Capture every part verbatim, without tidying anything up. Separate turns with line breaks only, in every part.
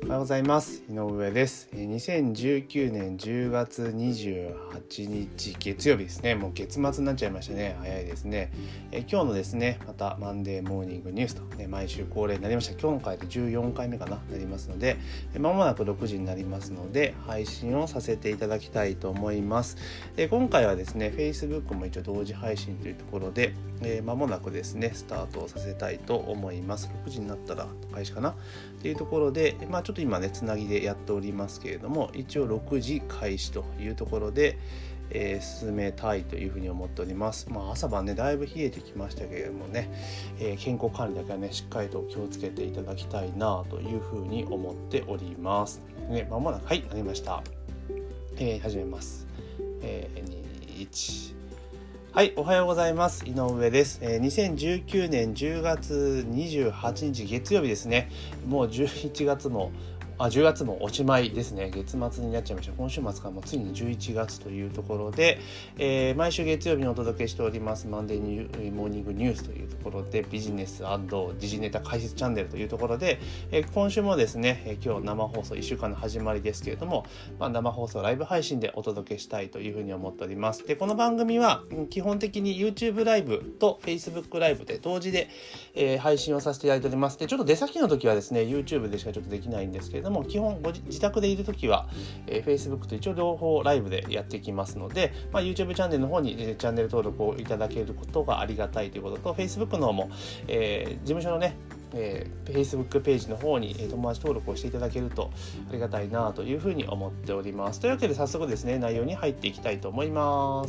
おはようございます。井上です。にせんじゅうきゅうねんじゅうがつにじゅうはちにち月曜日ですね。もう月末になっちゃいましたね。早いですね。え今日のですね、またマンデーモーニングニュースと、ね、毎週恒例になりました。今日の回でじゅうよんかいめかななりますので、まもなくろくじになりますので配信をさせていただきたいと思います。え今回はですね、Facebook も一応同時配信というところで、え間もなくですねスタートをさせたいと思います。ろくじになったら開始かなっていうところで、まあちょっと今ねつなぎでやっておりますけれども、一応ろくじ開始というところで、えー、進めたいというふうに思っております。まあ朝晩ねだいぶ冷えてきましたけれどもね、えー、健康管理だけはねしっかりと気をつけていただきたいなというふうに思っておりますね。まもなくはいなりました。えー、始めます。えー、に、いちはい、おはようございます。井上です。えー、にせんじゅうきゅうねんじゅうがつにじゅうはちにち月曜日ですね。もうじゅういちがつもあじゅうがつもおしまいですね。月末になっちゃいました。今週末からもうついにじゅういちがつというところで、えー、毎週月曜日にお届けしておりますマンデーニューモーニングニュースというところで、ビジネス&時事ネタ解説チャンネルというところで、えー、今週もですね、えー、今日生放送いっしゅうかんの始まりですけれども、まあ、生放送ライブ配信でお届けしたいというふうに思っております。で、この番組は基本的に YouTube ライブと Facebook ライブで同時で、えー、配信をさせていただいております。で、ちょっと出先の時はですね YouTube でしかちょっとできないんですけれども、基本ご自宅でいるときは、えー、Facebook と一応両方ライブでやっていきますので、まあ、YouTube チャンネルの方に、えー、チャンネル登録をいただけることがありがたいということと、 Facebook の方も、えー、事務所のねえー、Facebook ページの方に、えー、友達登録をしていただけるとありがたいなというふうに思っております。というわけで早速ですね内容に入っていきたいと思います。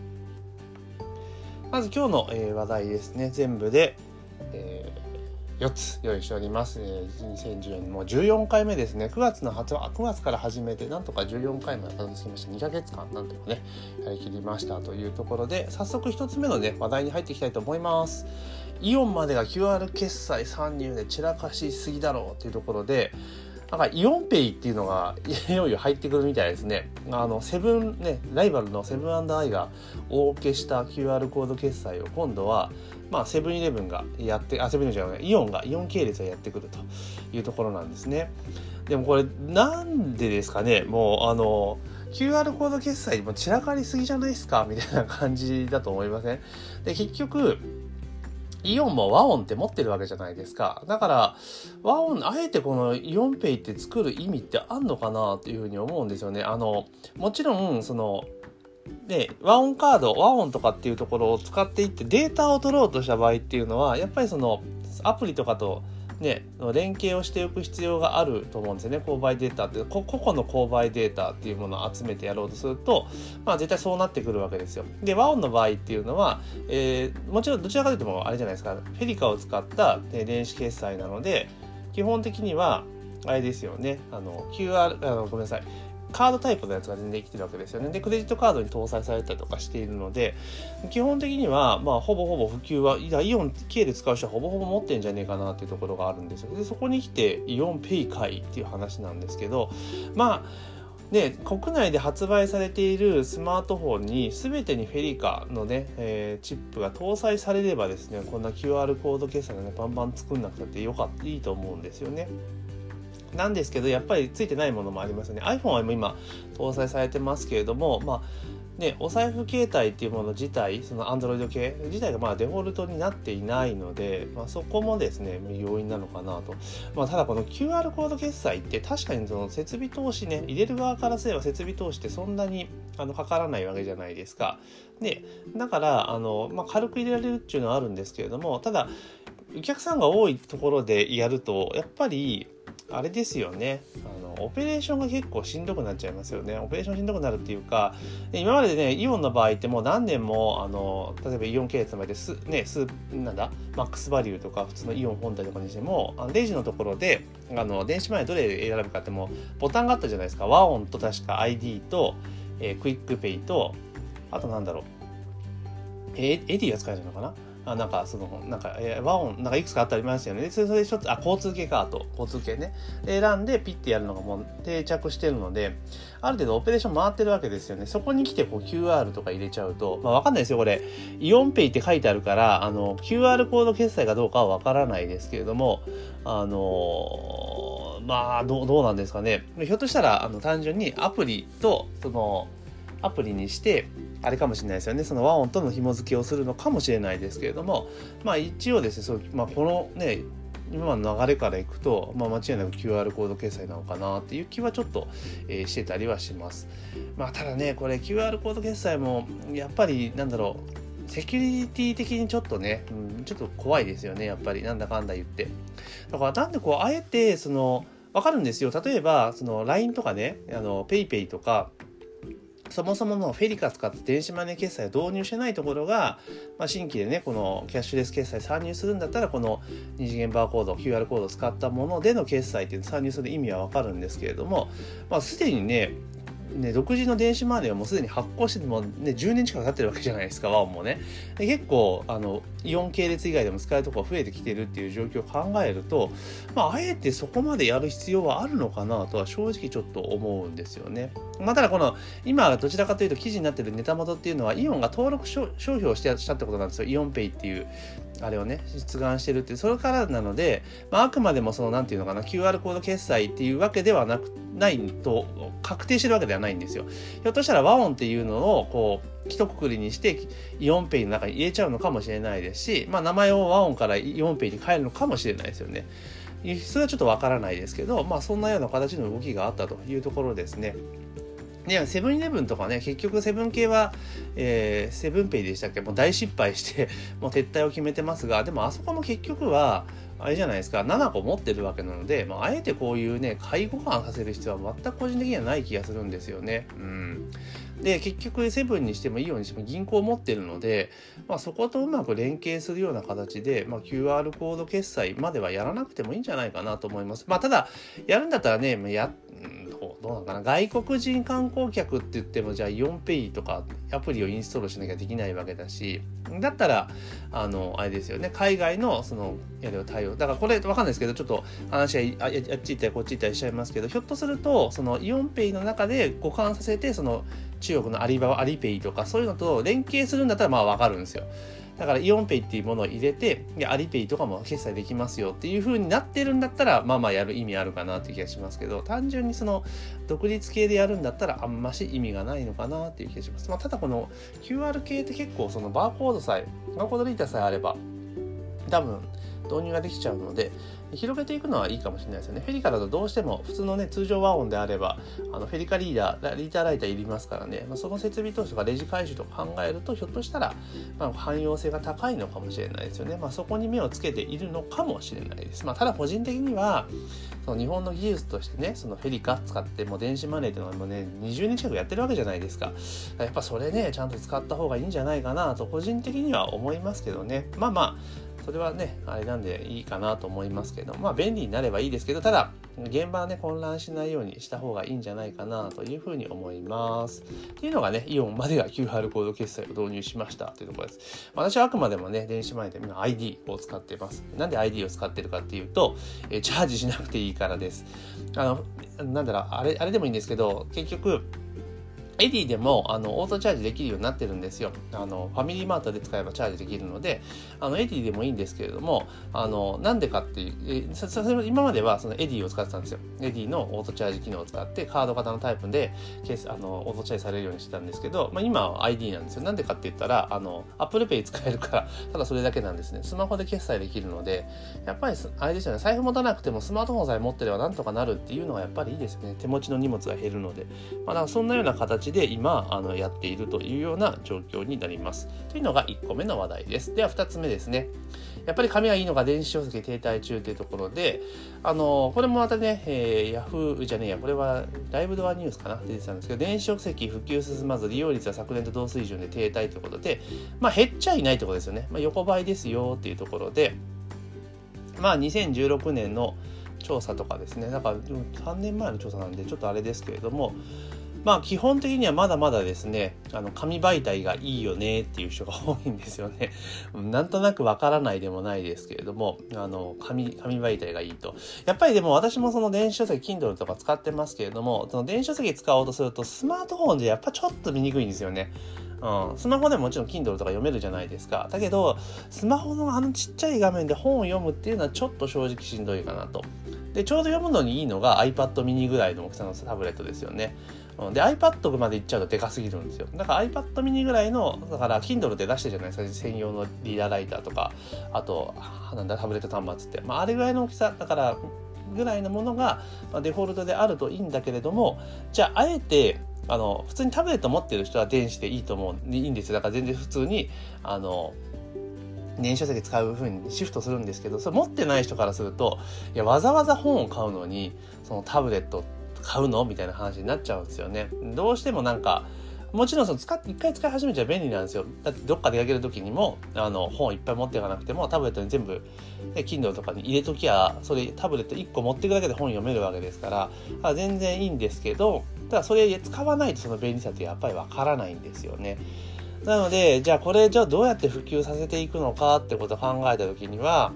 まず今日の、えー、話題ですね。全部で、えーよっつ用意しております。にせんじゅうよねんもうじゅうよんかいめですね。くがつの発くがつから始めてなんとかじゅうよんかいまでたどり着きました。にかげつかんなんとかねやりきりましたというところで、早速一つ目のね話題に入っていきたいと思います。イオンまでが キューアール 決済参入で散らかしすぎだろうというところで、なんかイオンペイっていうのがいよいよ入ってくるみたいですね。あのセブンねライバルのセブン&アイが大受けした キューアール コード決済を今度はまあセブンイレブンがやってあセブンイレブンじゃないイオンがイオン系列がやってくるというところなんですね。でもこれなんでですかね。もうあの キューアール コード決済も散らかりすぎじゃないですかみたいな感じだと思いません？で結局イオンもワオンって持ってるわけじゃないですか。だからワオンあえてこのイオンペイって作る意味ってあんのかなっていうふうに思うんですよね。あのもちろんそのでワオンカードワオンとかっていうところを使っていってデータを取ろうとした場合っていうのはやっぱりそのアプリとかとね、連携をしておく必要があると思うんですよね。購買データって個々の購買データっていうものを集めてやろうとすると、まあ、絶対そうなってくるわけですよ。でワオンの場合っていうのは、えー、もちろんどちらかというとあれじゃないですか、フェリカを使った、ね、電子決済なので基本的にはあれですよね。あの キューアール あのごめんなさいカードタイプのやつが全然できてるわけですよね。でクレジットカードに搭載されたりとかしているので、基本的にはまあほぼほぼ普及はイオン系で使う人はほぼほぼ持ってんじゃねえかなっていうところがあるんですよ。でそこに来てイオンペイかいっていう話なんですけど、まあで国内で発売されているスマートフォンに全てにフェリカのね、えー、チップが搭載されればですね、こんな キューアール コード決済がねバンバン作んなくたってよかったいいと思うんですよね。なんですけどやっぱりついてないものもありますよね。 iPhone は今搭載されてますけれども、まあね、お財布携帯っていうもの自体その Android 系自体がまあデフォルトになっていないので、まあ、そこもですね要因なのかなと。まあ、ただこの キューアール コード決済って確かにその設備投資ね入れる側からすれば設備投資ってそんなにあのかからないわけじゃないですか。でだからあの、まあ、軽く入れられるっていうのはあるんですけれども、ただお客さんが多いところでやるとやっぱりあれですよね、あのオペレーションが結構しんどくなっちゃいますよね。オペレーションしんどくなるっていうか、今までねイオンの場合ってもう何年もあの例えばイオン系列の場合ですねスなんだマックスバリューとか普通のイオン本体とかにしてもあのレジのところであの電子マネーどれ選ぶかってもボタンがあったじゃないですか。ワオンと確か アイディー と、えー、クイックペイとあとなんだろうエディが使えるのかな。あなんかそのなんか、えー、和音なんかいくつかあったりましたよね。でそれそれちょっとあ交通系かあと交通系ねで選んでピッてやるのがもう定着してるので、ある程度オペレーション回ってるわけですよね。そこに来てこう キューアール とか入れちゃうと、まあわかんないですよこれイオンペイって書いてあるからあの キューアール コード決済かどうかはわからないですけれども、あのまあどう、どうなんですかね。ひょっとしたらあの単純にアプリとそのアプリにしてあれかもしれないですよね。その和音との紐付けをするのかもしれないですけれども、まあ一応ですね、そう、まあ、このね今の流れからいくと、まあ、間違いなく キューアール コード決済なのかなっていう気はちょっと、えー、してたりはします。まあただねこれ キューアール コード決済もやっぱりなんだろう、セキュリティ的にちょっとね、うん、ちょっと怖いですよね、やっぱりなんだかんだ言って。だからなんでこうあえてそのわかるんですよ。例えばその ライン とかね、あの PayPay とかそもそものフェリカ使って電子マネー決済を導入してないところが、まあ、新規でねこのキャッシュレス決済参入するんだったらこの二次元バーコード キューアール コードを使ったものでの決済っていうの参入する意味はわかるんですけれども、まあ、すでにねね、独自の電子マネーをもうすでに発行しても、ね、じゅうねん近く経ってるわけじゃないですか、ワオンもね。で結構あのイオン系列以外でも使えるところが増えてきてるっていう状況を考えると、まあ、あえてそこまでやる必要はあるのかなとは正直ちょっと思うんですよね。まあ、ただこの今どちらかというと記事になってるネタ元っていうのはイオンが登録商標をしてしたってことなんですよ。イオンペイっていうあれをね出願してるっていうそれからなので、まあ、あくまでもそのなんていうのかな キューアール コード決済っていうわけではなくないと確定してるわけではないんですよ。ひょっとしたらワオンっていうのをこう一括りにしてイオンペイの中に入れちゃうのかもしれないですし、まあ、名前をワオンからイオンペイに変えるのかもしれないですよね。それはちょっとわからないですけど、まあ、そんなような形の動きがあったというところですね。ね、セブンイレブンとかね、結局セブン系は、えー、セブンペイでしたっけ、もう大失敗してもう撤退を決めてますが、でもあそこも結局はあれじゃないですか、ななこ持ってるわけなので、まあ、あえてこういうね介護感させる必要は全く個人的にはない気がするんですよね。うん、で結局セブンにしてもイオンにしても銀行を持ってるので、まあ、そことうまく連携するような形で、まあ、キューアール コード決済まではやらなくてもいいんじゃないかなと思います。まあ、ただやるんだったらね、やどうなのかな、外国人観光客って言ってもじゃあイオンペイとかアプリをインストールしなきゃできないわけだし、だったらあのあれですよね、海外のそのやる対応だからこれわかんないですけど、ちょっと話はあっち行ったりこっち行ったりしちゃいますけど、ひょっとするとそのイオンペイの中で互換させてその中国のアリババアリペイとかそういうのと連携するんだったらまあわかるんですよ。だからイオンペイっていうものを入れて、いやアリペイとかも決済できますよっていう風になってるんだったら、まあまあやる意味あるかなっていう気がしますけど、単純にその独立系でやるんだったらあんまし意味がないのかなっていう気がします。まあ、ただこの キューアール 系って結構そのバーコードさえ、バーコードリーダーさえあれば多分導入ができちゃうので、広げていくのはいいかもしれないですよね。フェリカだとどうしても普通のね通常和音であればあのフェリカリーダーリーダーライターいりますからね、まあ、その設備投資とかレジ回収とか考えるとひょっとしたら、まあ、汎用性が高いのかもしれないですよね。まあ、そこに目をつけているのかもしれないです。まあ、ただ個人的にはその日本の技術としてね、そのフェリカ使ってもう電子マネーっていうのはもうねにじゅうねん近くやってるわけじゃないですか。やっぱそれねちゃんと使った方がいいんじゃないかなと個人的には思いますけどね。まあまあそれはねあれなんでいいかなと思いますけど、まあ便利になればいいですけど、ただ現場はね混乱しないようにした方がいいんじゃないかなというふうに思いますっていうのがね、イオンまでが キューアール コード決済を導入しましたというところです。私はあくまでもね電子マネーで今 アイディー を使っています。なんで アイディー を使ってるかっていうと、えチャージしなくていいからです。あのなんだろうあれあれでもいいんですけど、結局エディでもあのオートチャージできるようになってるんですよ。あのファミリーマートで使えばチャージできるので、あのエディでもいいんですけれども、あのなんでかっていうえそそ今まではそのエディを使ってたんですよ。エディのオートチャージ機能を使ってカード型のタイプでケースあのオートチャージされるようにしてたんですけど、まあ、今は アイディー なんですよ。なんでかって言ったらあの Apple Pay 使えるからただそれだけなんですね。スマホで決済できるので、やっぱりあれですよね、財布持たなくてもスマートフォンさえ持ってればなんとかなるっていうのはやっぱりいいですよね。手持ちの荷物が減るので、まあ、だからそんなような形で今あのやっているというような状況になりますというのがいっこめの話題です。ではふたつめですね、やっぱり紙はいいのが電子書籍停滞中というところで、あのこれもまたね、えー、ヤフーじゃねえやこれはライブドアニュースかな出てたんですけど、電子書籍普及進まず利用率は昨年と同水準で停滞ということで、まあ減っちゃいないということですよね。まあ、横ばいですよっていうところで、まあにせんじゅうろくねんの調査とかですね、だからさんねんまえの調査なんでちょっとあれですけれども、まあ基本的にはまだまだですね、あの紙媒体がいいよねっていう人が多いんですよね。なんとなくわからないでもないですけれども、あの紙紙媒体がいいと。やっぱりでも私もその電子書籍 Kindle とか使ってますけれども、その電子書籍使おうとするとスマートフォンでやっぱちょっと見にくいんですよね。うん、スマホでももちろん Kindle とか読めるじゃないですか。だけどスマホのあのちっちゃい画面で本を読むっていうのはちょっと正直しんどいかなと。 でちょうど読むのにいいのが iPad mini ぐらいの大きさのタブレットですよね。で iPad までいっちゃうとでかすぎるんですよ。だから iPad mini ぐらいの、だから Kindle で出してるじゃないですか、専用のリーダーライターとか、あとなんだタブレット端末って、まあ、あれぐらいの大きさだからぐらいのものがデフォルトであるといいんだけれども、じゃああえてあの普通にタブレット持ってる人は電子でいいと思ういいんですよ。だから全然普通にあの電子書籍使う風にシフトするんですけど、それ持ってない人からすると、いやわざわざ本を買うのにそのタブレット買うのみたいな話になっちゃうんですよね。どうしてもなんかもちろんその使っ一回使い始めちゃ便利なんですよ。だってどっか出かける時にもあの本いっぱい持っていかなくてもタブレットに全部、ね、Kindle とかに入れときゃそれタブレットいっこ持っていくだけで本読めるわけですから、全然いいんですけど、ただそれ使わないとその便利さってやっぱりわからないんですよね。なのでじゃあこれじゃあどうやって普及させていくのかってことを考えた時には、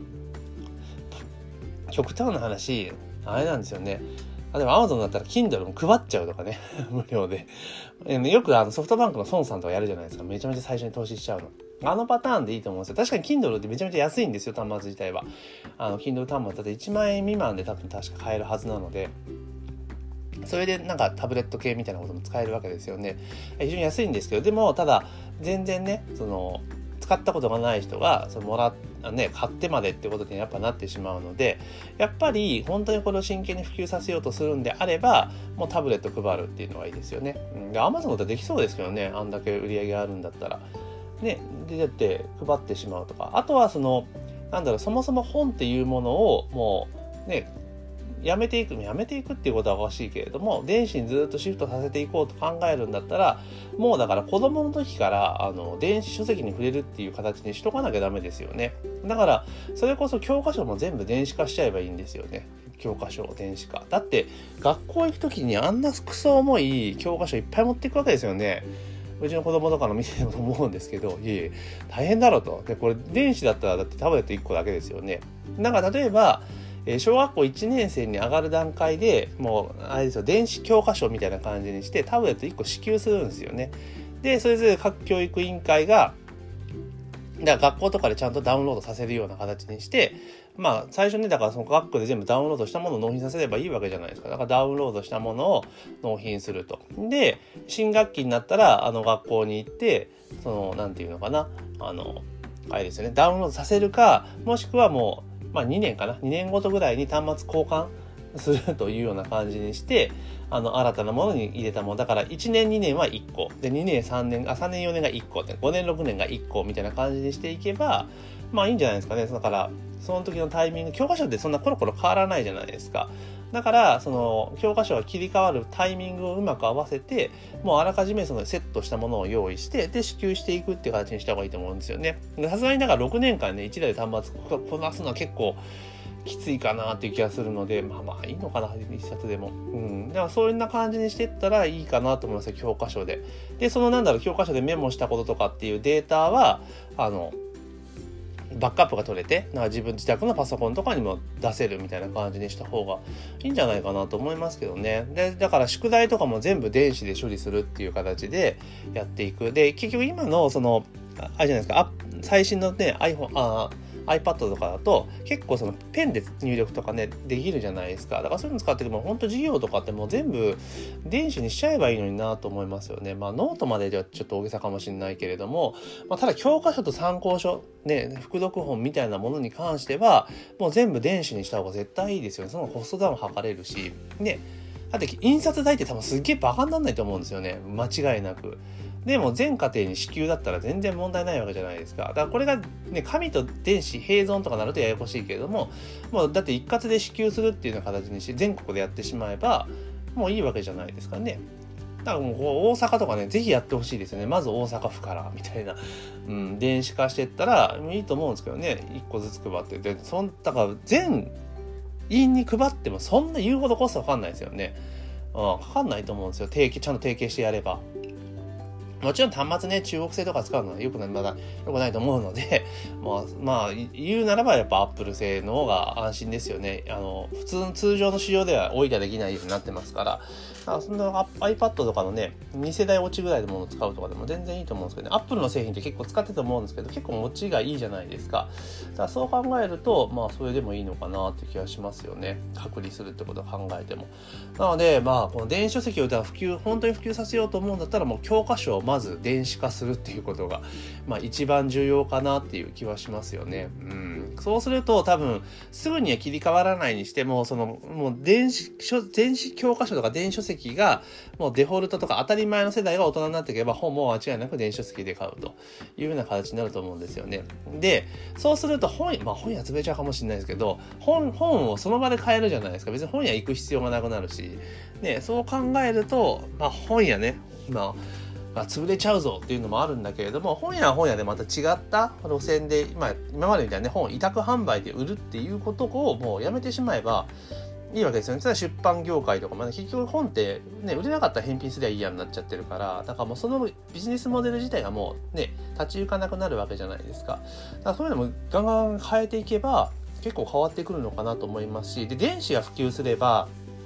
極端な話あれなんですよね。例えば Amazon だったら Kindle も配っちゃうとかね無料でよくあのソフトバンクの孫さんとかやるじゃないですか。めちゃめちゃ最初に投資しちゃうの、あのパターンでいいと思うんですよ。確かに Kindle ってめちゃめちゃ安いんですよ、端末自体は。あの Kindle 端末だっていちまんえん未満で多分確か買えるはずなので、それでなんかタブレット系みたいなことも使えるわけですよね。非常に安いんですけど、でもただ全然ねその使ったことがない人がそのもらっね買ってまでってことにやっぱなってしまうので、やっぱり本当にこれを真剣に普及させようとするんであればもうタブレット配るっていうのがいいですよね。うん、で Amazon だったらできそうですけどね、あんだけ売り上げあるんだったらね。でだって配ってしまうとか、あとはそのなんだろう、そもそも本っていうものをもうねやめていくやめていくっていうことはおかしいけれども、電子にずっとシフトさせていこうと考えるんだったら、もうだから子供の時からあの電子書籍に触れるっていう形にしとかなきゃダメですよね。だからそれこそ教科書も全部電子化しちゃえばいいんですよね。教科書を電子化だって、学校行く時にあんなクソ重い教科書いっぱい持っていくわけですよね。うちの子供とかの見てても思うんですけど、いえいえ大変だろうと。でこれ電子だったらだってタブレットいっこだけですよね。だから例えば小学校いちねん生に上がる段階でもうあれですよ、電子教科書みたいな感じにしてタブレットいっこ支給するんですよね。でそれぞれ各教育委員会がだから学校とかでちゃんとダウンロードさせるような形にして、まあ最初ねだからその学校で全部ダウンロードしたものを納品させればいいわけじゃないですか。だからダウンロードしたものを納品すると。で新学期になったらあの学校に行ってそのなんていうのかなあのあれですよね、ダウンロードさせるか、もしくはもうまあにねんかなにねんごとぐらいに端末交換するというような感じにして、あの新たなものに入れたものだからいちねんにねんはいっこでにねんさんねんあさんねんよねんがいっこでごねんろくねんがいっこみたいな感じにしていけばまあいいんじゃないですかね。だからその時のタイミング、教科書ってそんなコロコロ変わらないじゃないですか。だからその教科書が切り替わるタイミングをうまく合わせて、もうあらかじめそのセットしたものを用意してで支給していくっていう形にした方がいいと思うんですよね。さすがにだからろくねんかんねいちだいで端末こなすのは結構きついかなっていう気がするので、まあまあいいのかな一冊でも。うん。だからそういうな感じにしていったらいいかなと思いますよ、教科書で。でそのなんだろう教科書でメモしたこととかっていうデータはあのバックアップが取れて、なんか自分自宅のパソコンとかにも出せるみたいな感じにした方がいいんじゃないかなと思いますけどね。でだから宿題とかも全部電子で処理するっていう形でやっていく。で結局今のそのあれじゃないですか、最新のね iPhone あ iPad とかだと結構そのペンで入力とかねできるじゃないですか。だからそういうの使ってても本当授業とかってもう全部電子にしちゃえばいいのになと思いますよね。まあノートまでではちょっと大げさかもしれないけれども、まあ、ただ教科書と参考書ね副読本みたいなものに関してはもう全部電子にした方が絶対いいですよね。そのコストダウン測れるしね。だって印刷代って多分すっげえバカにならないと思うんですよね、間違いなく。でも全家庭に支給だったら全然問題ないわけじゃないですか。だからこれがね紙と電子併存とかなるとややこしいけれども、もうだって一括で支給するっていうような形にして全国でやってしまえばもういいわけじゃないですかね。だからもう大阪とかねぜひやってほしいですよね。まず大阪府からみたいな、うん、電子化していったらいいと思うんですけどね。一個ずつ配ってでそんだから全員に配ってもそんな言うほどコストかかんないですよね。うん、かかんないと思うんですよ。提携ちゃんと提携してやれば。 もちろん端末ね、中国製とか使うのはよくない、まだ良くないと思うので、まあ、まあ、言うならばやっぱ Apple 製の方が安心ですよね。あの、普通、通常の仕様ではオイラできないようになってますから、だからそんな iPad とかのね、に世代落ちぐらいのものを使うとかでも全然いいと思うんですけどね、Apple の製品って結構使ってると思うんですけど、結構持ちがいいじゃないですか。だからそう考えると、まあ、それでもいいのかなって気がしますよね。隔離するってことを考えても。なので、まあ、この電子書籍を普及、本当に普及させようと思うんだったら、もう教科書をまず電子化するっていうことが、まあ、一番重要かなっていう気はしますよね。うん、そうすると多分すぐには切り替わらないにしても、そのもう電子書電子教科書とか電子書籍がもうデフォルトとか当たり前の世代が大人になっていけば、本も間違いなく電子書籍で買うというような形になると思うんですよね。で、そうすると本、まあ本屋潰れちゃうかもしれないですけど、本本をその場で買えるじゃないですか。別に本屋行く必要がなくなるし、ね、そう考えると、まあ本屋ね、今が潰れちゃうぞっていうのもあるんだけれども、本屋は本屋でまた違った路線で、まあ、今までみたいなね、本を委託販売で売るっていうことをもうやめてしまえばいいわけですよね。ただ出版業界とかもね、結局本ってね、売れなかったら返品すりゃいいやになっちゃってるから、だからもうそのビジネスモデル自体がもうね、立ち行かなくなるわけじゃないですか。だからそういうのもガンガン変えていけば結構変わってくるのかなと思いますし、で、電子が普及すれば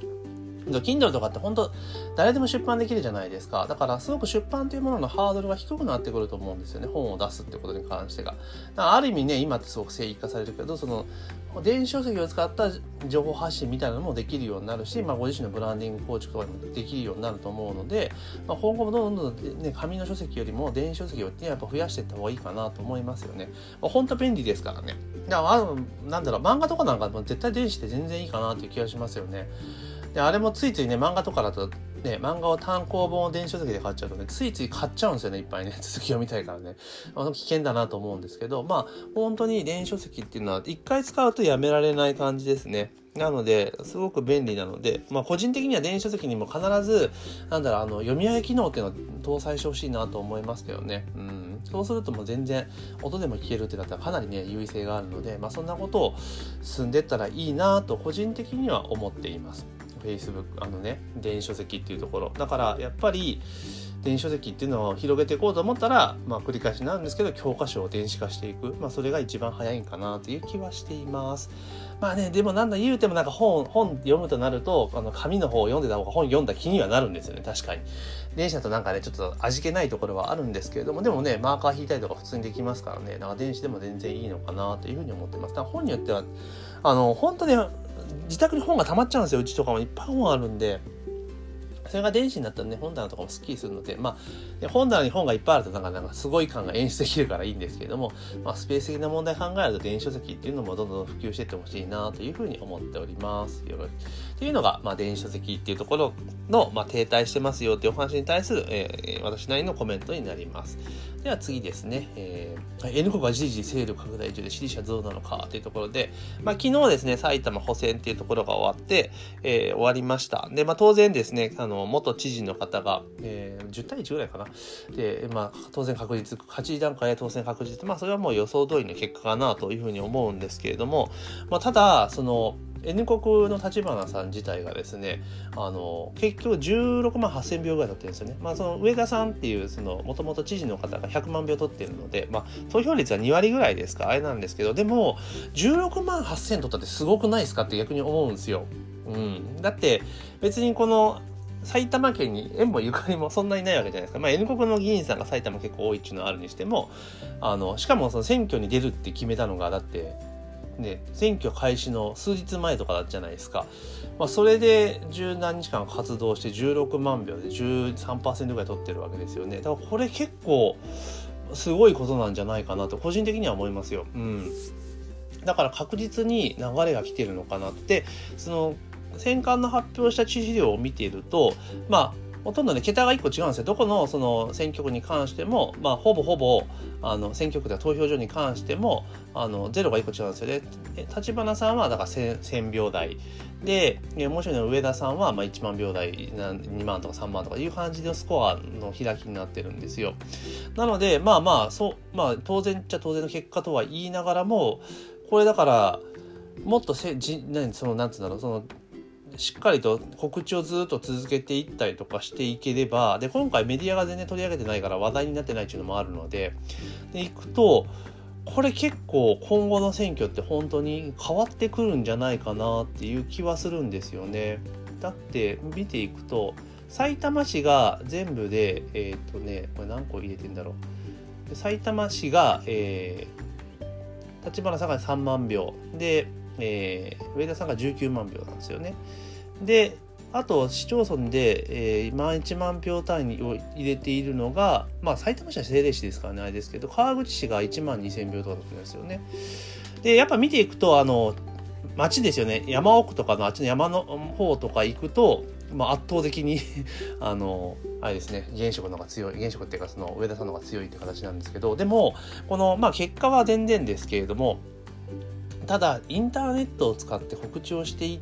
Kindle とかって本当誰でも出版できるじゃないですか。だからすごく出版というもののハードルが低くなってくると思うんですよね。本を出すってことに関してが。だからある意味ね、今ってすごく聖域化されるけど、その電子書籍を使った情報発信みたいなのもできるようになるし、まあ、ご自身のブランディング構築とかもできるようになると思うので、まあ、今後もどんどんどんね、紙の書籍よりも電子書籍をやっぱ増やしていった方がいいかなと思いますよね。まあ、本当便利ですからね。だからあのなんだろう、漫画とかなんかも絶対電子って全然いいかなという気がしますよね。で、あれもついついね、漫画とかだとね、漫画を単行本を電子書籍で買っちゃうとね、ついつい買っちゃうんですよね、いっぱいね。続き読みたいからね。あの危険だなと思うんですけど、まあ、本当に電子書籍っていうのは、一回使うとやめられない感じですね。なので、すごく便利なので、まあ、個人的には電子書籍にも必ず、なんだろう、あの、読み上げ機能っていうのを搭載してほしいなと思いますけどね。うん。そうするともう全然、音でも聞けるってなったらかなりね、優位性があるので、まあ、そんなことを進んでったらいいなと、個人的には思っています。Facebook、あのね、電子書籍っていうところ。だから、やっぱり、電子書籍っていうのを広げていこうと思ったら、まあ繰り返しになるんですけど、教科書を電子化していく。まあそれが一番早いんかなという気はしています。まあね、でもなんだ言うてもなんか本、本読むとなると、あの紙の方を読んでた方が本読んだ気にはなるんですよね、確かに。電子だとなんかね、ちょっと味気ないところはあるんですけれども、でもね、マーカー引いたりとか普通にできますからね、なんか電子でも全然いいのかなというふうに思ってます。だから本によっては、あの、本当に自宅に本が溜まっちゃうんですよ。うちとかもいっぱい本あるんで。それが電子になったらね、本棚とかもスッキリするので、まあ、本棚に本がいっぱいあるとなんか、なんかすごい感が演出できるからいいんですけれども、まあ、スペース的な問題考えると電子書籍っていうのもどんどん普及していってほしいなというふうに思っております。よろしく。っていうのが、まあ、電子書籍っていうところの、まあ、停滞してますよっていうお話に対する、えー、私なりのコメントになります。では次ですね、えー、N コがじりじり勢力拡大中で支持者増なのかというところで、まあ、昨日ですね、埼玉補選っていうところが終わって、えー、終わりました。で、まあ、当然ですね、あの、元知事の方が、えー、じゅうたいいちぐらいかな。で、まあ、当然確実、はちい段階で当選確実、まあ、それはもう予想通りの結果かなというふうに思うんですけれども、まあ、ただ、その、N 国の立花さん自体がですね、あの、結局じゅうろくまんはっせんひょうぐらい取ってるんですよね。まあ、その上田さんっていう、その、もともと知事の方がひゃくまんひょう取ってるので、まあ、投票率はにわりぐらいですか、あれなんですけど、でも、じゅうろくまんはっせん取ったってすごくないですかって逆に思うんですよ。うん。だって、別にこの、埼玉県に縁もゆかりもそんなにないわけじゃないですか。まあ N 国の議員さんが埼玉結構多いっていうのはあるにしても、あの、しかもその選挙に出るって決めたのが、だって、ね、選挙開始の数日前とかだったじゃないですか。まあそれで十何日間活動してじゅうろくまんひょうで じゅうさんパーセント ぐらい取ってるわけですよね。だからこれ結構すごいことなんじゃないかなと個人的には思いますよ。うん。だから確実に流れが来てるのかなって、その、選管の発表した知事量を見ていると、まあ、ほとんどね、桁がいっこ違うんですよ。どこのその選挙区に関しても、まあ、ほぼほぼ、あの、選挙区では投票所に関しても、あの、ゼロがいっこ違うんですよね。立花さんは、だからせんひょう台。で、もう一人の上田さんは、まあ、いちまんひょう台、にまんとかさんまんとかいう感じのスコアの開きになってるんですよ。なので、まあまあ、そう、まあ、当然っちゃ当然の結果とは言いながらも、これだから、もっとせ、じ、何、その、なんつうんだろう、その、 しっかりと告知をずっと続けていったりとかしていければ、で今回メディアが全然取り上げてないから話題になってないっていうのもあるので、でいくとこれ結構今後の選挙って本当に変わってくるんじゃないかなっていう気はするんですよね。だって見ていくとさいたま市が全部でえっとねこれ何個入れてんだろう。さいたま市が、えー、立花さんがさんまんひょうで、えー、上田さんがじゅうきゅうまんひょうなんですよね。であと市町村で、えー、満いちまんひょう単位を入れているのが、まあ埼玉市は政令市ですからねあれですけど、川口市がいちまんにせんひょうとかだったんですよね。でやっぱ見ていくとあの町ですよね、山奥とかのあっちの山の方とか行くと、まあ、圧倒的にあのあれですね現職の方が強い、現職っていうかその上田さんの方が強いって形なんですけど、でもこのまあ結果は全然ですけれども、ただインターネットを使って告知をしていって、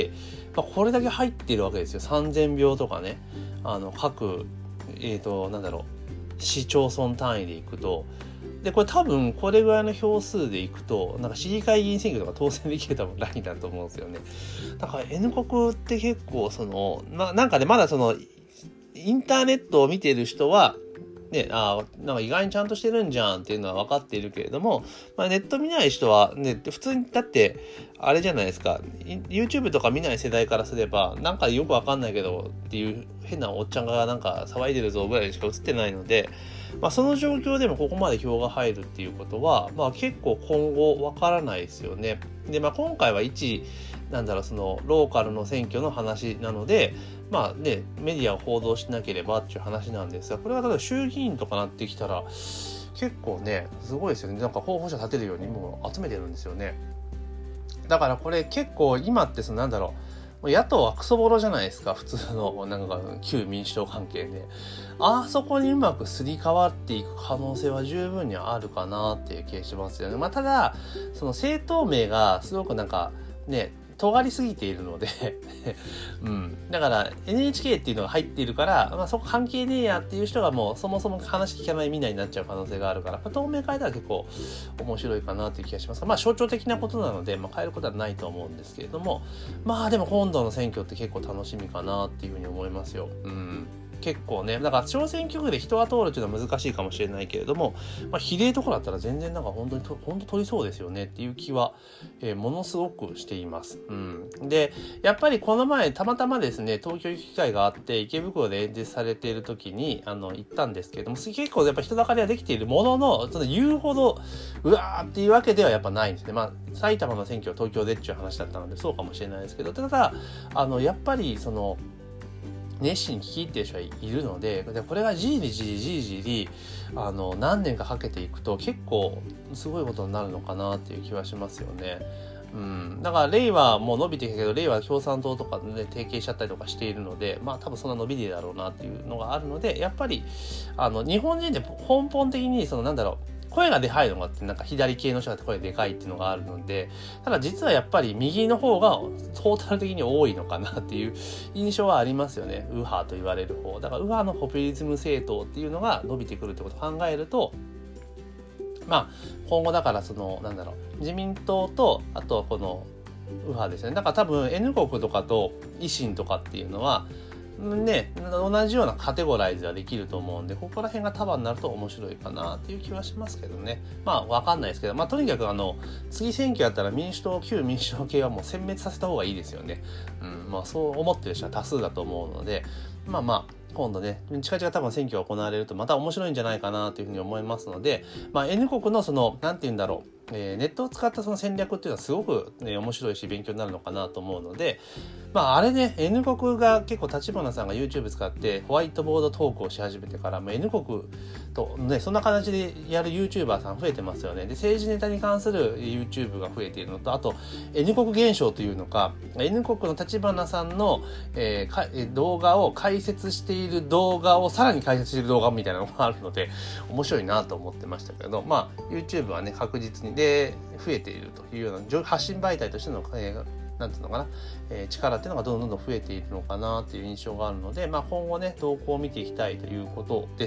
まあ、これだけ入っているわけですよ。さんぜんひょうとかね、あの各えっとなんだろう市町村単位でいくと、でこれ多分これぐらいの票数でいくとなんか市議会議員選挙とか当選できる多分ラインだと思うんですよね。だから N 国って結構そのななんかねまだそのインターネットを見ている人はね、あなんか意外にちゃんとしてるんじゃんっていうのは分かっているけれども、まあ、ネット見ない人は、ね、普通にだってあれじゃないですか、 YouTube とか見ない世代からすればなんかよく分かんないけどっていう変なおっちゃんがなんか騒いでるぞぐらいしか映ってないので、まあ、その状況でもここまで票が入るっていうことは、まあ、結構今後分からないですよね。で、まあ、今回は一なんだろうそのローカルの選挙の話なので、まあねメディアを報道しなければっていう話なんですが、これが例えば衆議院とかなってきたら結構ねすごいですよね。なんか候補者立てるようにもう集めてるんですよね。だからこれ結構今ってそのなんだろう野党はクソボロじゃないですか、普通のなんか旧民主党関係で、あそこにうまくすり替わっていく可能性は十分にあるかなっていう気がしますよね。まあただその政党名がすごくなんかね尖りすぎているので、うん、だから エヌエイチケー っていうのが入っているから、まあ、そこ関係ねえやっていう人がもうそもそも話聞かないみたいになっちゃう可能性があるから、まあ、透明化では結構面白いかなという気がしますが、まあ象徴的なことなので、まあ、変えることはないと思うんですけれども、まあでも今度の選挙って結構楽しみかなっていうふうに思いますよ。うん結構ね、だから小選挙区で人が通るっていうのは難しいかもしれないけれども、まあ、比例とかだったら全然なんか本当にと本当取りそうですよねっていう気は、えー、ものすごくしています。うん、でやっぱりこの前たまたまですね東京行く機会があって池袋で演説されている時にあの行ったんですけれども、結構やっぱ人だかりはできているもののその言うほどうわーっていうわけではやっぱないんですね。まあ埼玉の選挙は東京でっていう話だったのでそうかもしれないですけど、ただあのやっぱりその熱心に聞き入ってる人はいるので、でこれがじりじりじりじりあの何年かかけていくと結構すごいことになるのかなっていう気はしますよね。うん、だからレイはもう伸びてきたけど、レイは共産党とかで、ね、提携しちゃったりとかしているので、まあ多分そんな伸びねえだろうなっていうのがあるので、やっぱりあの日本人で根本的にそのなんだろう声がでかいのがあってなんか左系の人が声でかいっていうのがあるので、ただ実はやっぱり右の方がトータル的に多いのかなっていう印象はありますよね。右派と言われる方だから右派のポピュリズム政党っていうのが伸びてくるってことを考えると、まあ今後だからそのなんだろう自民党とあとはこの右派ですね。だから多分 N 国とかと維新とかっていうのはね、同じようなカテゴライズはできると思うんで、ここら辺が束になると面白いかなっていう気はしますけどね。まあ分かんないですけど、まあとにかくあの次選挙やったら民主党旧民主党系はもう殲滅させた方がいいですよね。うん、まあそう思ってる人は多数だと思うので、まあまあ今度ね近々多分選挙が行われるとまた面白いんじゃないかなというふうに思いますので、まあ N 国のそのなんて言うんだろう、えー、ネットを使ったその戦略っていうのはすごく、ね、面白いし勉強になるのかなと思うので、まああれね N 国が結構立花さんが YouTube 使ってホワイトボードトークをし始めてから、まあ、N 国とねそんな形でやる YouTuber さん増えてますよね。で政治ネタに関する YouTube が増えているのと、あと N 国現象というのか N 国の立花さんの、えー、か動画を解説している動画をさらに解説している動画みたいなのがあるので面白いなと思ってましたけど、まあ YouTube はね確実にで増えているというような発信媒体としての、えーなんていうのかな、えー、力っていうのがどんどんどん増えているのかなっていう印象があるので、まあ、今後ね動向を見ていきたいということです。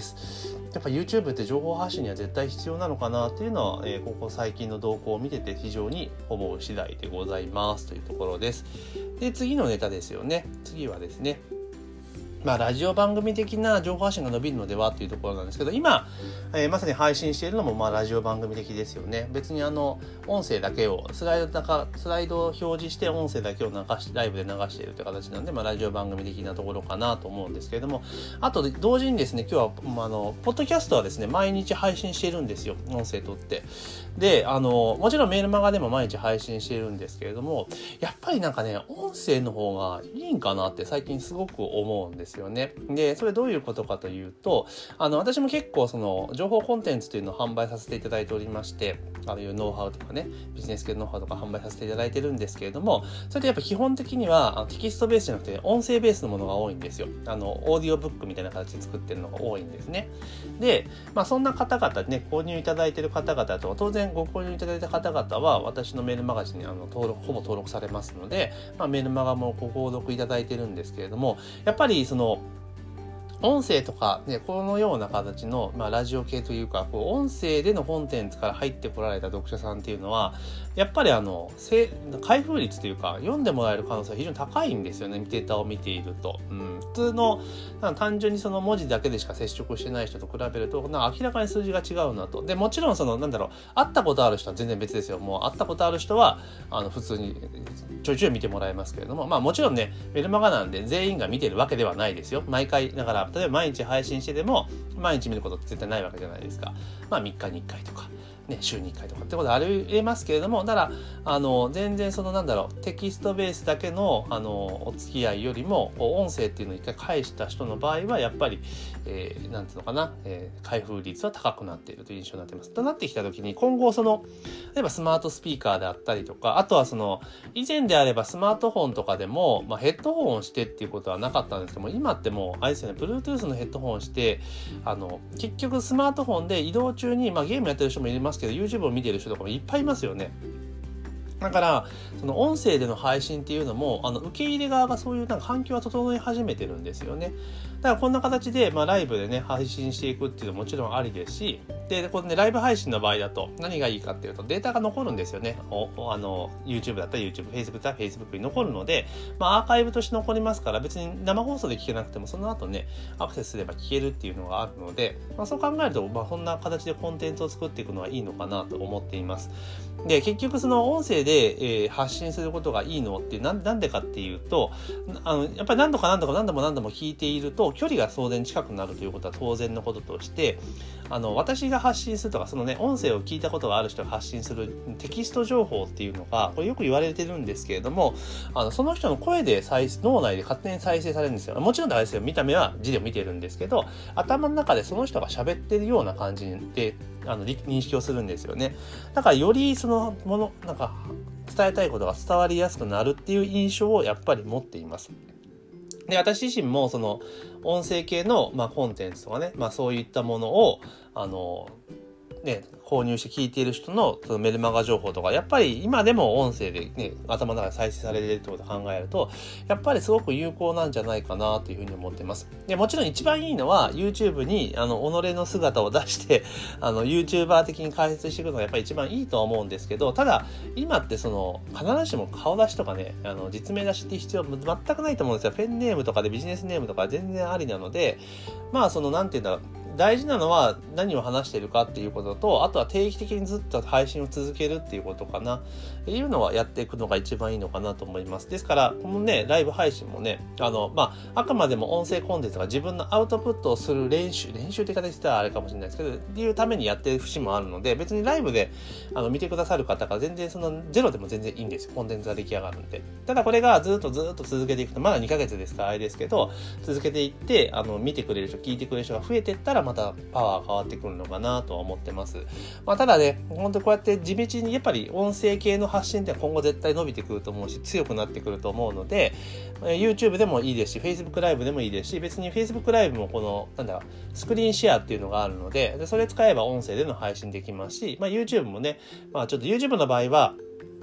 やっぱ YouTube って情報発信には絶対必要なのかなっていうのは、えー、ここ最近の動向を見てて非常に思う次第でございますというところです。で次のネタですよね。次はですね、まあ、ラジオ番組的な情報発信が伸びるのではというところなんですけど、今、えー、まさに配信しているのもまあラジオ番組的ですよね。別にあの音声だけをスライドだかスライドを表示して音声だけを流しライブで流しているという形なんで、まあ、ラジオ番組的なところかなと思うんですけれども、あと同時にですね、今日は、まあ、あのポッドキャストはですね毎日配信しているんですよ、音声とって。であのもちろんメールマガでも毎日配信しているんですけれども、やっぱりなんかね音声の方がいいんかなって最近すごく思うんですよね。でそれどういうことかというと、あの私も結構その情報コンテンツというのを販売させていただいておりまして、ああいうノウハウとかねビジネス系のノウハウとか販売させていただいてるんですけれども、それでやっぱ基本的にはテキストベースじゃなくて音声ベースのものが多いんですよ。あのオーディオブックみたいな形で作ってるのが多いんですね。で、まあ、そんな方々ね購入いただいている方々と当然ご購入いただいた方々は私のメールマガジンにあの登録ほぼ登録されますので、まあ、メールマガもご購読いただいてるんですけれども、やっぱりその音声とかね、このような形の、まあ、ラジオ系というか、こう音声でのコンテンツから入ってこられた読者さんっていうのは、やっぱりあの開封率というか読んでもらえる可能性は非常に高いんですよね、データを見ていると。うん、普通の単純にその文字だけでしか接触してない人と比べると、なんか明らかに数字が違うなと。でもちろんそのなんだろう、会ったことある人は全然別ですよ。もう会ったことある人はあの普通にちょいちょい見てもらえますけれども、まあもちろんねメルマガなんで全員が見てるわけではないですよ。毎回だから例えば毎日配信してでも毎日見ることって絶対ないわけじゃないですか。まあみっかにいっかいとかね、週にいっかいとかってことはありますけれども、だからあの全然そのなんだろうテキストベースだけのあのお付き合いよりも音声っていうのを一回返した人の場合はやっぱり、えー、なんていうのかな、えー、開封率は高くなっているという印象になっています。となってきた時に今後その例えばスマートスピーカーであったりとか、あとはその以前であればスマートフォンとかでも、まあ、ヘッドホンをしてっていうことはなかったんですけども、今ってもうあれですよね、Bluetooth のヘッドホンをしてあの結局スマートフォンで移動中に、まあ、ゲームやってる人もいますけど YouTube を見てる人とかもいっぱいいますよね。だからその音声での配信っていうのもあの受け入れ側がそういうなんか環境は整い始めてるんですよね。だからこんな形で、まあ、ライブでね配信していくっていうのももちろんありですし、でこのねライブ配信の場合だと何がいいかっていうとデータが残るんですよね。おあの YouTube だったら YouTube、Facebook だったら Facebook に残るので、まあ、アーカイブとして残りますから別に生放送で聞けなくてもその後ねアクセスすれば聞けるっていうのがあるので、まあ、そう考えると、まあ、そんな形でコンテンツを作っていくのはいいのかなと思っています。で結局その音声で、えー、発信することがいいのってな ん, なんでかっていうとあのやっぱり何度か何度か何度も何度も聞いていると距離が当然近くなるということは当然のこととして、あの私が発信するとかそのね音声を聞いたことがある人が発信するテキスト情報っていうのがこれよく言われてるんですけれども、あのその人の声で再脳内で勝手に再生されるんですよ。もちろんあれですよ、見た目は字で見てるんですけど頭の中でその人が喋ってるような感じであの認識をするんですよね。だからよりそのものなんか伝えたいことが伝わりやすくなるっていう印象をやっぱり持っています。で私自身もその音声系の、まあ、コンテンツとかね、まあ、そういったものをあのね購入して聞いている人のそのメルマガ情報とかやっぱり今でも音声でね頭の中で再生されているってことを考えるとやっぱりすごく有効なんじゃないかなというふうに思っています。でもちろん一番いいのは YouTube にあの己の姿を出してあの YouTuber 的に解説していくのがやっぱり一番いいとは思うんですけど、ただ今ってその必ずしも顔出しとかねあの実名出しって必要全くないと思うんですよ。ペンネームとかでビジネスネームとか全然ありなので、まあそのなんていうんだろう、大事なのは何を話しているかっていうことと、あとは定期的にずっと配信を続けるっていうことかなっていうのはやっていくのが一番いいのかなと思います。ですからこのねライブ配信もねあのまああくまでも音声コンテンツが自分のアウトプットをする練習練習って言い方したらあれかもしれないですけどっていうためにやってる節もあるので、別にライブであの見てくださる方が全然そのゼロでも全然いいんですよ。コンテンツが出来上がるんで。ただこれがずっとずっと続けていくとまだにかげつですからあれですけど続けていってあの見てくれる人聞いてくれる人が増えていったらまたパワー変わってくるのかなとは思ってます。まあ、ただね、本当こうやって地道にやっぱり音声系の発信って今後絶対伸びてくると思うし、強くなってくると思うので、YouTube でもいいですし、Facebook ライブでもいいですし、別に Facebook ライブもこの、なんだ、スクリーンシェアっていうのがあるので、でそれ使えば音声での配信できますし、まあ、YouTube もね、まあ、ちょっと YouTube の場合は、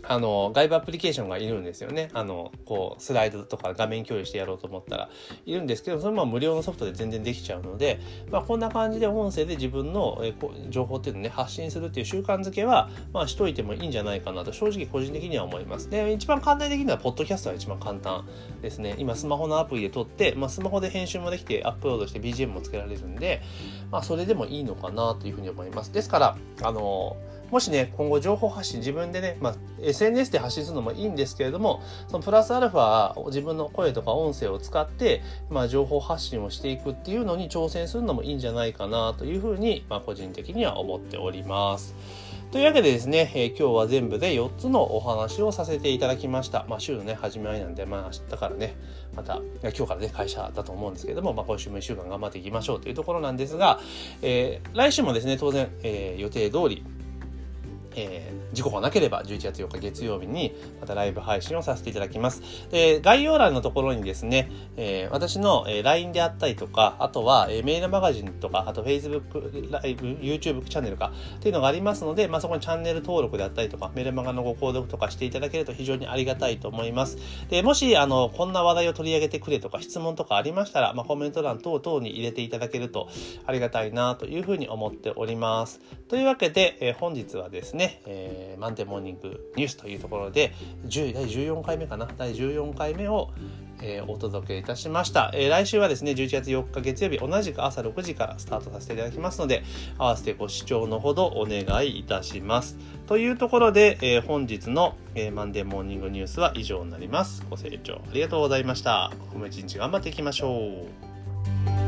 あの外部アプリケーションがいるんですよね。あのこうスライドとか画面共有してやろうと思ったらいるんですけど、それも無料のソフトで全然できちゃうので、まあ、こんな感じで音声で自分のえこ情報っていうのをね発信するっていう習慣づけは、まあ、しといてもいいんじゃないかなと正直個人的には思います。で一番簡単にできるのはポッドキャストが一番簡単ですね。今スマホのアプリで撮って、まあ、スマホで編集もできてアップロードして ビージーエム もつけられるんで、まあ、それでもいいのかなというふうに思います。ですからあのもしね今後情報発信自分でね、まあ、エスエヌエス で発信するのもいいんですけれども、そのプラスアルファ自分の声とか音声を使って、まあ、情報発信をしていくっていうのに挑戦するのもいいんじゃないかなというふうに、まあ、個人的には思っております。というわけでですね、えー、今日は全部でよっつのお話をさせていただきました。まあ、週のね始まりなんで、まあ、明日からねまた今日からね会社だと思うんですけども、まあ、今週もいっしゅうかん頑張っていきましょうというところなんですが、えー、来週もですね当然、えー、予定通りえー、事故がなければじゅういちがつよっか月曜日にまたライブ配信をさせていただきます。で概要欄のところにですね、えー、私の ライン であったりとか、あとは、えー、メールマガジンとか、あと Facebook ライブ YouTube チャンネルかっていうのがありますので、まあ、そこにチャンネル登録であったりとかメルマガのご購読とかしていただけると非常にありがたいと思います。でもしあのこんな話題を取り上げてくれとか質問とかありましたら、まあ、コメント欄等々に入れていただけるとありがたいなというふうに思っております。というわけで、えー、本日はですねえー、マンデーモーニングニュースというところでじゅうだいじゅうよんかいめかなだいじゅうよんかいめを、えー、お届けいたしました、えー、来週はですねじゅういちがつよっか月曜日同じく朝ろくじからスタートさせていただきますので、合わせてご視聴のほどお願いいたしますというところで、えー、本日の、えー、マンデーモーニングニュースは以上になります。ご清聴ありがとうございました。今日も一日頑張っていきましょう。